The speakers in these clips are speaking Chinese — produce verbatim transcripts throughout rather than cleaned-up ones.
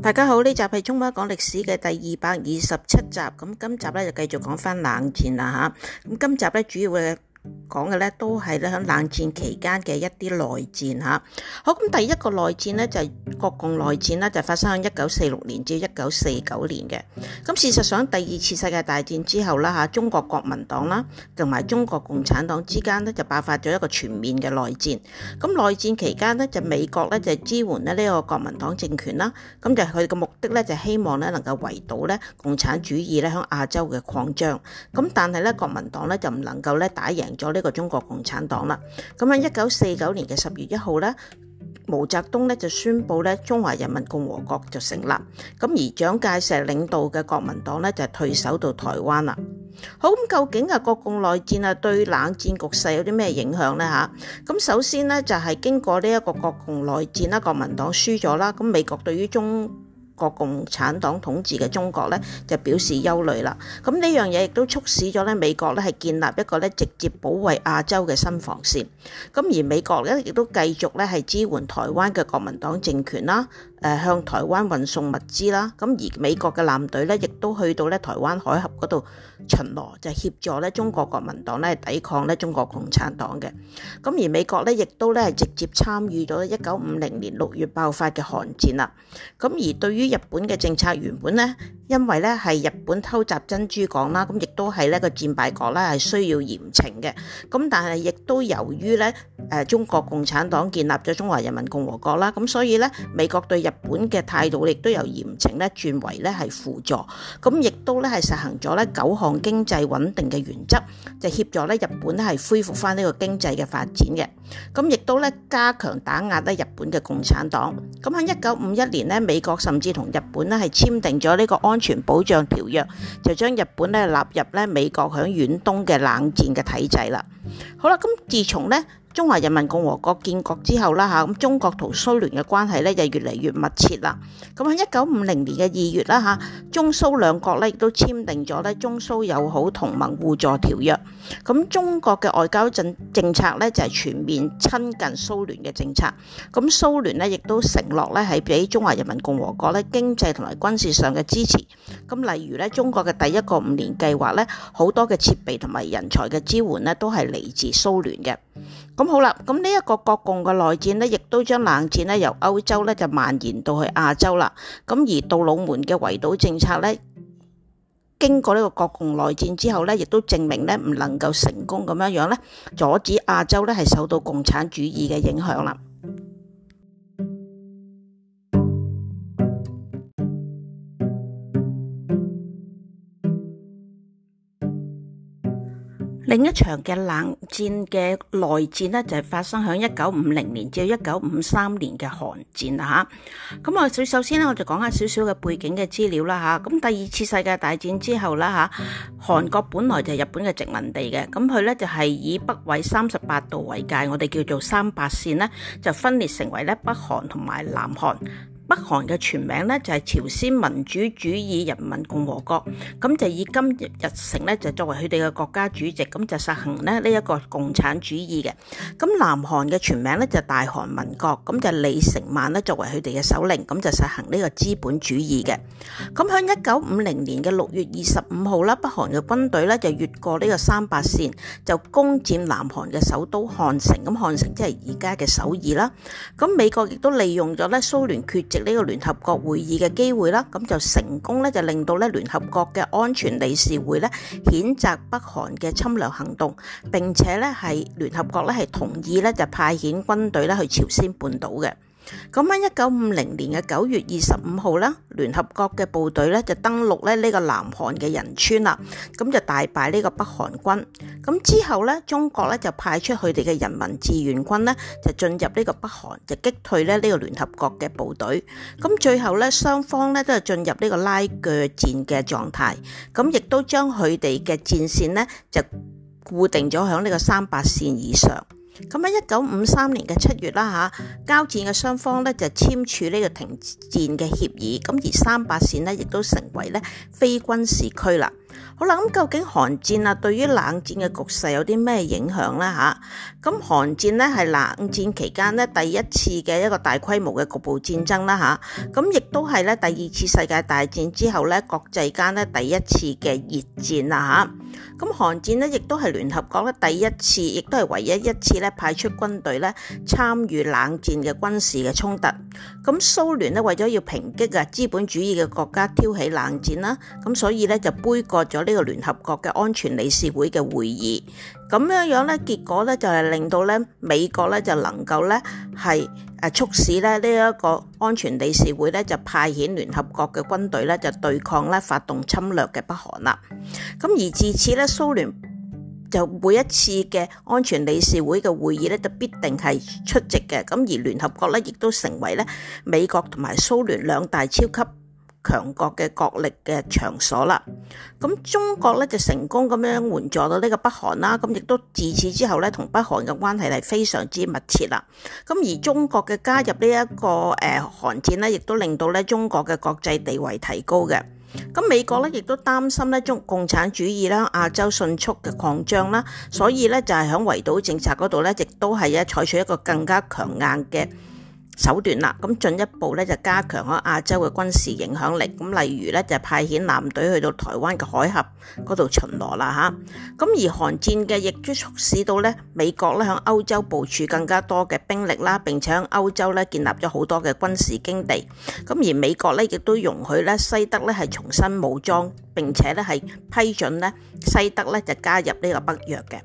大家好，呢集係中巴講歷史嘅第二百二十七集，咁今集咧就繼續講翻冷戰啦吓，咁今集咧主要嘅講嘅咧都係咧喺冷戰期間嘅一啲內戰吓。好，咁第一個內戰咧就係國共內戰啦，就發生喺一九四六年至一九四九年嘅。咁事實上第二次世界大戰之後啦吓，中國國民黨啦同埋中國共產黨之間咧就爆發咗一個全面嘅內戰。咁內戰期間咧就美國咧就支援咧呢個國民黨政權啦，咁就佢嘅目的咧就希望咧能夠圍堵咧共產主義咧喺亞洲嘅擴張。咁但係咧國民黨咧就唔能夠咧打贏咗呢個中國共產黨啦。咁喺一九四九年嘅十月一號咧，毛澤東咧就宣布咧中華人民共和國就成立。咁而蔣介石領導嘅國民黨咧就退守到台灣啦。好，咁究竟啊國共內戰啊對冷戰局勢有啲咩影響咧吓？咁首先咧就係經過呢一個國共內戰啦，國民黨輸咗啦，咁美國對於中國共產黨統治嘅中國咧就表示憂慮啦。咁呢樣嘢亦都促使咗咧美國咧係建立一個咧直接保衛亞洲嘅新防線。咁而美國咧亦都繼續咧係支援台灣嘅國民黨政權啦，誒向台灣運送物資啦。咁而美國嘅艦隊咧亦都去到咧台灣海峽嗰度巡邏，就協助咧中國國民黨咧抵抗咧中國共產黨嘅。咁而美國咧亦都咧係直接參與咗一九五零年六月爆發嘅韓戰啦。咁而對於日本嘅政策原本咧，因為咧係日本偷襲珍珠港啦，咁亦都係呢個戰敗國咧係需要嚴懲嘅。咁但係亦都由於咧誒中國共產黨建立咗中華人民共和國啦，咁所以咧美國對日本嘅態度亦都由嚴懲咧轉為咧係輔助。咁亦都咧係實行咗咧九項經濟穩定嘅原則，就協助咧日本咧係恢復翻呢個經濟嘅發展嘅。咁亦都咧加強打壓咧日本嘅共產黨。咁喺一九五一年咧，美國甚至同日本咧係簽訂咗呢個安全保障條約，就將日本咧納入咧美國響遠東嘅冷戰嘅體制啦。好啦，咁自從咧中華人民共和國建國之後啦嚇，咁中國同蘇聯嘅關係咧就越嚟越密切啦。咁喺一九五零年嘅二月啦嚇，中蘇兩國咧亦都簽訂咗咧中蘇友好同盟互助條約。咁中國嘅外交政政策咧就係全面親近蘇聯嘅政策。咁蘇聯咧亦都承諾咧係俾中華人民共和國咧經濟同埋軍事上嘅支持。咁例如咧中國嘅第一個五年計劃咧，好多嘅設備同埋人才嘅支援咧都係嚟自蘇聯嘅。咁好啦，咁呢一個國共嘅內戰咧，亦都將冷戰咧由歐洲咧就蔓延到去亞洲啦。咁而杜魯門嘅圍堵政策咧，經過呢個國共內戰之後咧，亦都證明咧唔能夠成功咁樣樣咧，阻止亞洲咧係受到共產主義嘅影響啦。另一場嘅冷戰嘅內戰呢，就係發生喺一九五零年至一九五三年嘅韓戰啦嚇。咁我首先呢，我就講下少少嘅背景嘅資料啦嚇。咁第二次世界大戰之後啦嚇，韓國本來就係日本嘅殖民地嘅，咁佢咧就係以北緯三十八度為界，我哋叫做三八線呢，就分裂成為咧北韓同埋南韓。北韓嘅全名咧就係朝鮮民主主義人民共和國，咁就以金日成咧就作為佢哋嘅國家主席，咁就實行咧呢一個共產主義嘅。咁南韓嘅全名咧就大韓民國，咁就李承晚咧作為佢哋嘅首領，咁就實行呢個資本主義嘅。咁喺一九五零年嘅六月二十五號啦，北韓嘅軍隊咧就越過呢個三八線，就攻佔南韓嘅首都漢城。咁漢城即係而家嘅首爾啦。咁美國亦都利用咗咧蘇聯缺席呢個聯合國會議嘅機會啦，咁就成功咧就令到咧聯合國嘅安全理事會咧譴責北韓嘅侵略行動，並且咧係聯合國咧係同意咧就派遣軍隊咧去朝鮮半島嘅。咁喺一九五零年嘅九月二十五號啦，聯合國嘅部隊咧就登陸咧呢個南韓嘅仁川啦，咁就大敗呢個北韓軍。咁之後咧，中國咧就派出佢哋嘅人民志願軍咧，就進入呢個北韓，就擊退咧呢個聯合國嘅部隊。咁最後咧，雙方咧都係進入呢個拉鋸戰嘅狀態，咁亦都將佢哋嘅戰線咧就固定咗喺呢個三八線以上。咁喺一九五三年嘅七月啦嚇，交戰嘅雙方咧就簽署呢個停戰嘅協議，咁而三八線咧亦都成為咧非軍事區啦。 好啦，咁究竟韓戰啊對於冷戰嘅局勢有啲咩影響呢？吓，咁韓戰呢係冷戰期間呢第一次嘅一個大規模嘅局部戰爭啦吓，咁亦都係咧第二次世界大戰之後咧國際間咧第一次嘅熱戰啦吓。咁韓戰呢亦都係聯合國咧第一次，亦都係唯一一次咧派出軍隊咧參與冷戰嘅軍事嘅衝突。咁蘇聯呢為咗要抨擊啊資本主義嘅國家挑起冷戰啦，咁所以咧就杯葛咗呢個聯合國嘅安全理事會嘅會議。咁樣樣咧結果咧就係令到咧美國咧就能夠咧係誒促使咧呢一個安全理事會咧就派遣聯合國嘅軍隊咧就對抗咧發動侵略嘅北韓啦。咁而自此咧蘇聯就每一次嘅安全理事會嘅會議咧就必定係出席嘅。咁而聯合國咧亦都成為咧美國同埋蘇聯兩大超級強國嘅角力嘅場所啦。咁中國咧就成功咁樣援助到呢個北韓啦，咁亦都自此之後咧同北韓嘅關係係非常之密切啦。咁而中國嘅加入呢一個誒韓戰咧，亦都令到咧中國嘅國際地位提高嘅。咁美國咧亦都擔心咧中共產主義啦亞洲迅速嘅擴張啦，所以咧就係喺圍堵政策嗰度咧，亦都係咧採取一個更加強硬嘅手段啦，咁進一步咧就加強咗亞洲嘅軍事影響力，咁例如咧就派遣艦隊去到台灣嘅海峽嗰度巡邏啦吓，咁而韓戰嘅亦都促使到咧美國咧響歐洲部署更加多嘅兵力啦，並且響歐洲咧建立咗好多嘅軍事基地，咁而美國咧亦都容許咧西德咧係重新武裝，並且咧係批准咧西德咧就加入呢個北約嘅。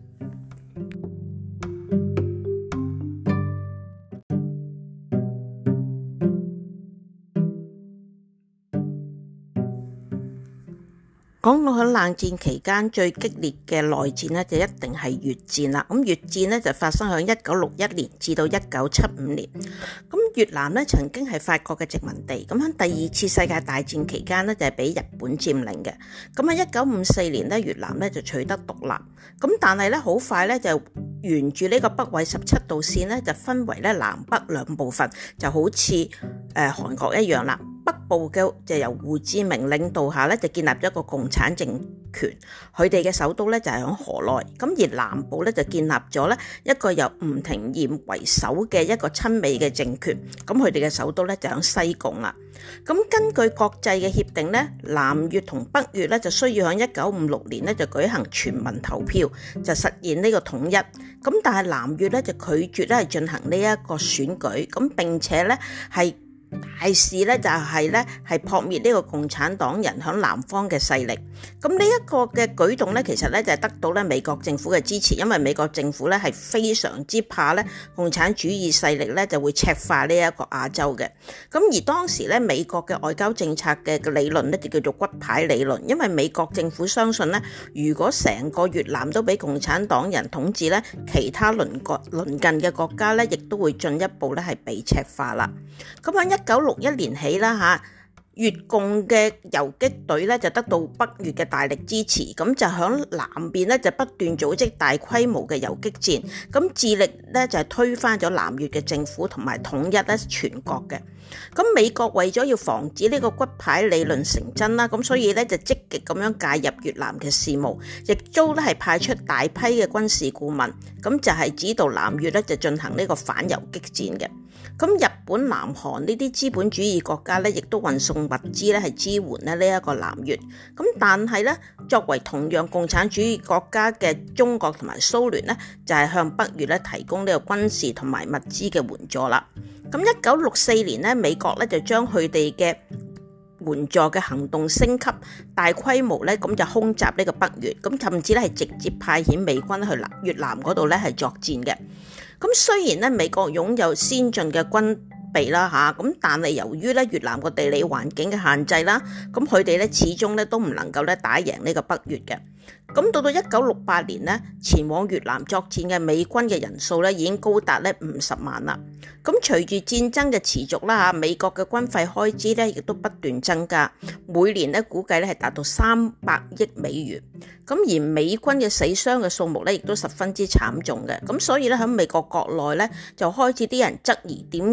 講到喺冷戰期間最激烈嘅內戰呢，就一定係越戰啦。咁越戰呢，就發生喺一九六一年至到一九七五年。咁越南呢，曾經係法國嘅殖民地，咁喺第二次世界大戰期間呢，就係俾日本佔領嘅。咁喺一九五四年呢，越南呢就取得獨立。咁但係咧好快咧就沿住呢個北緯十七度線咧就分為咧南北兩部分，就好似誒韓國一樣啦。北部嘅就由胡志明領導下咧就建立咗一個共產政權，佢哋嘅首都咧就係喺河內。咁而南部咧就建立咗咧一個由吳廷琰為首嘅一個親美嘅政權，咁佢哋嘅首都咧就喺西貢啦。咁根據國際嘅協定咧，南越同北越咧就需要喺一九五六年咧就舉行全民投票，就實現呢個統一。咁但係南越咧就拒絕咧係進行呢一個選舉，咁並且咧係大事咧就係咧係撲滅呢個共產黨人響南方嘅勢力。咁呢一個嘅舉動咧，其實咧就係得到咧美國政府嘅支持，因為美國政府咧係非常之怕咧共產主義勢力咧就會赤化呢一個亞洲嘅。咁而當時咧美國嘅外交政策嘅理論咧就叫做骨牌理論，因為美國政府相信咧，如果成個越南都俾共產黨人統治咧，其他鄰國鄰近嘅國家咧亦都會進一步咧係被赤化啦。咁喺一九六一年起啦嚇，越共嘅游擊隊咧就得到北越嘅大力支持，咁就響南邊咧就不斷組織大規模嘅游擊戰，咁致力咧就係推翻咗南越嘅政府同埋統一咧全國嘅。咁美國為咗要防止呢個骨牌理論成真啦，咁所以咧就積極咁樣介入越南嘅事務，亦都咧係派出大批嘅軍事顧問，咁就係指導南越咧就進行呢個反游擊戰嘅。咁日本、南韓呢啲資本主義國家咧，亦都運送物資咧係支援咧呢一個南越。咁但係咧，作為同樣共產主義國家嘅中國同埋蘇聯咧，就係向北越咧提供呢個軍事同埋物資嘅援助啦。咁一九六四年咧，美國咧就將佢哋嘅援助嘅行動升級，大規模咧咁就空襲呢個北越，咁甚至咧係直接派遣美軍去南越南嗰度咧係作戰嘅。咁雖然咧美國擁有先進嘅軍備啦嚇，咁但係由於咧越南個地理環境嘅限制啦，咁佢哋咧始終咧都唔能夠咧打贏呢個北越嘅。咁到到一九六八年咧，前往越南作戰嘅美軍嘅人數咧已經高達咧五十萬啦。咁隨住戰爭嘅持續啦嚇，美國嘅軍費開支咧亦都不斷增加，每年咧估計咧係達到三百億美元。咁而美軍嘅死傷嘅數目咧亦都十分之慘重嘅。咁所以咧喺美國國內咧就開始啲人質疑點解美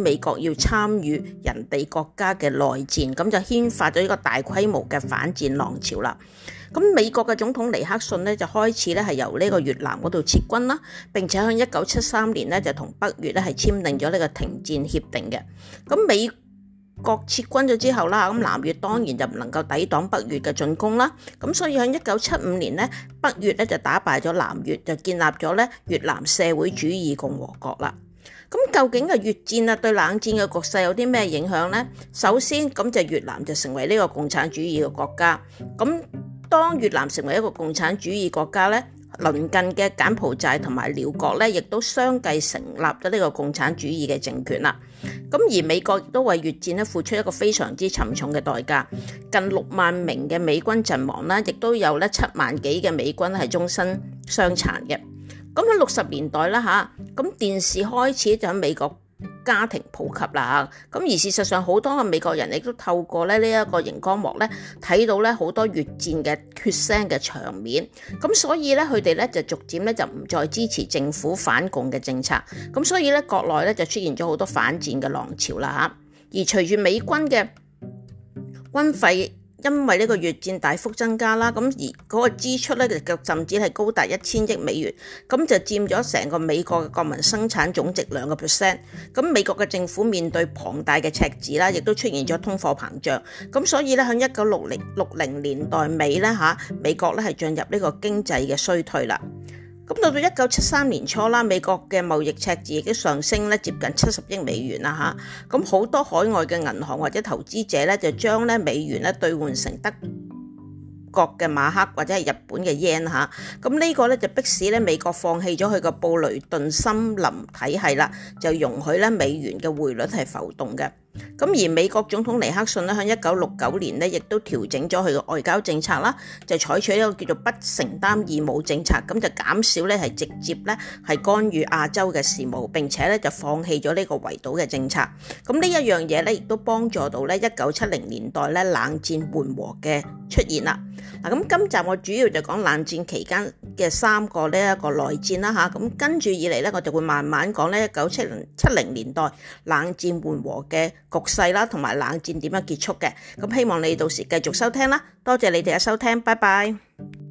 美國要參與人哋國家嘅內戰，咁就牽發咗一個大規模嘅反戰浪潮啦。咁美國嘅總統尼克遜咧就開始咧係由呢個越南嗰度撤軍啦，並且喺一九七三年咧就同北越咧係簽訂咗呢個停戰協定嘅。咁美國撤軍咗之後啦，咁南越當然就唔能夠抵擋北越嘅進攻啦。咁所以喺一九七五年咧，北越咧就打敗咗南越，就建立咗咧越南社會主義共和國啦。咁究竟嘅越戰啊對冷戰嘅局勢有啲咩影響呢？首先咁就越南就成為呢個共產主義嘅國家。咁當越南成為一個共產主義國家咧，鄰近嘅柬埔寨同埋寮國咧，亦都相繼成立咗呢個共產主義嘅政權啦。咁而美國亦都為越戰咧付出一個非常之沉重嘅代價，近六萬名嘅美軍陣亡啦，亦都有咧七萬幾嘅美軍係終身傷殘嘅。咁喺六十年代啦嚇，咁電視開始就喺美國家庭普及啦，咁而事實上好多嘅美國人亦都透過咧呢一個熒光幕咧睇到咧好多越戰嘅血腥嘅場面，咁所以咧佢哋咧就逐漸咧就唔再支持政府反共嘅政策，咁所以咧國內咧就出現咗好多反戰嘅浪潮啦嚇，而隨住美軍嘅軍費因為呢個越戰大幅增加啦，咁而嗰個支出咧就甚至係高達一千億美元，咁就佔咗成個美國嘅國民生產總值兩個 percent。咁美國嘅政府面對龐大嘅赤字啦，亦都出現咗通貨膨脹。咁所以咧喺一九六零六零年代尾咧嚇，美國咧係進入呢個經濟嘅衰退啦。咁到到一九七三年初啦，美國嘅貿易赤字亦都上升咧，接近七十億美元啦嚇。咁好多海外嘅銀行或者投資者咧，就將咧美元咧兌換成德國嘅馬克或者係日本嘅 yen 嚇。咁呢個咧就迫使咧美國放棄咗佢個布雷頓森林體系啦，就容許咧美元嘅匯率係浮動嘅。咁而美國總統尼克遜咧，喺一九六九年咧，亦都調整咗佢嘅外交政策啦，就採取一個叫做不承擔義務政策，咁就減少咧係直接咧係干預亞洲嘅事務，並且咧就放棄咗呢個圍堵嘅政策。咁呢一樣嘢咧，亦都幫助到咧一九七零年代咧冷戰緩和嘅出現啦。嗱，咁今集我主要就講冷戰期間嘅三個呢一個內戰啦嚇，咁跟住以嚟咧，我就會慢慢講咧一九七零七零年代冷戰緩和嘅局勢啦，同埋冷戰點樣結束嘅。咁希望你到時繼續收聽啦，多謝你哋嘅收聽，拜拜。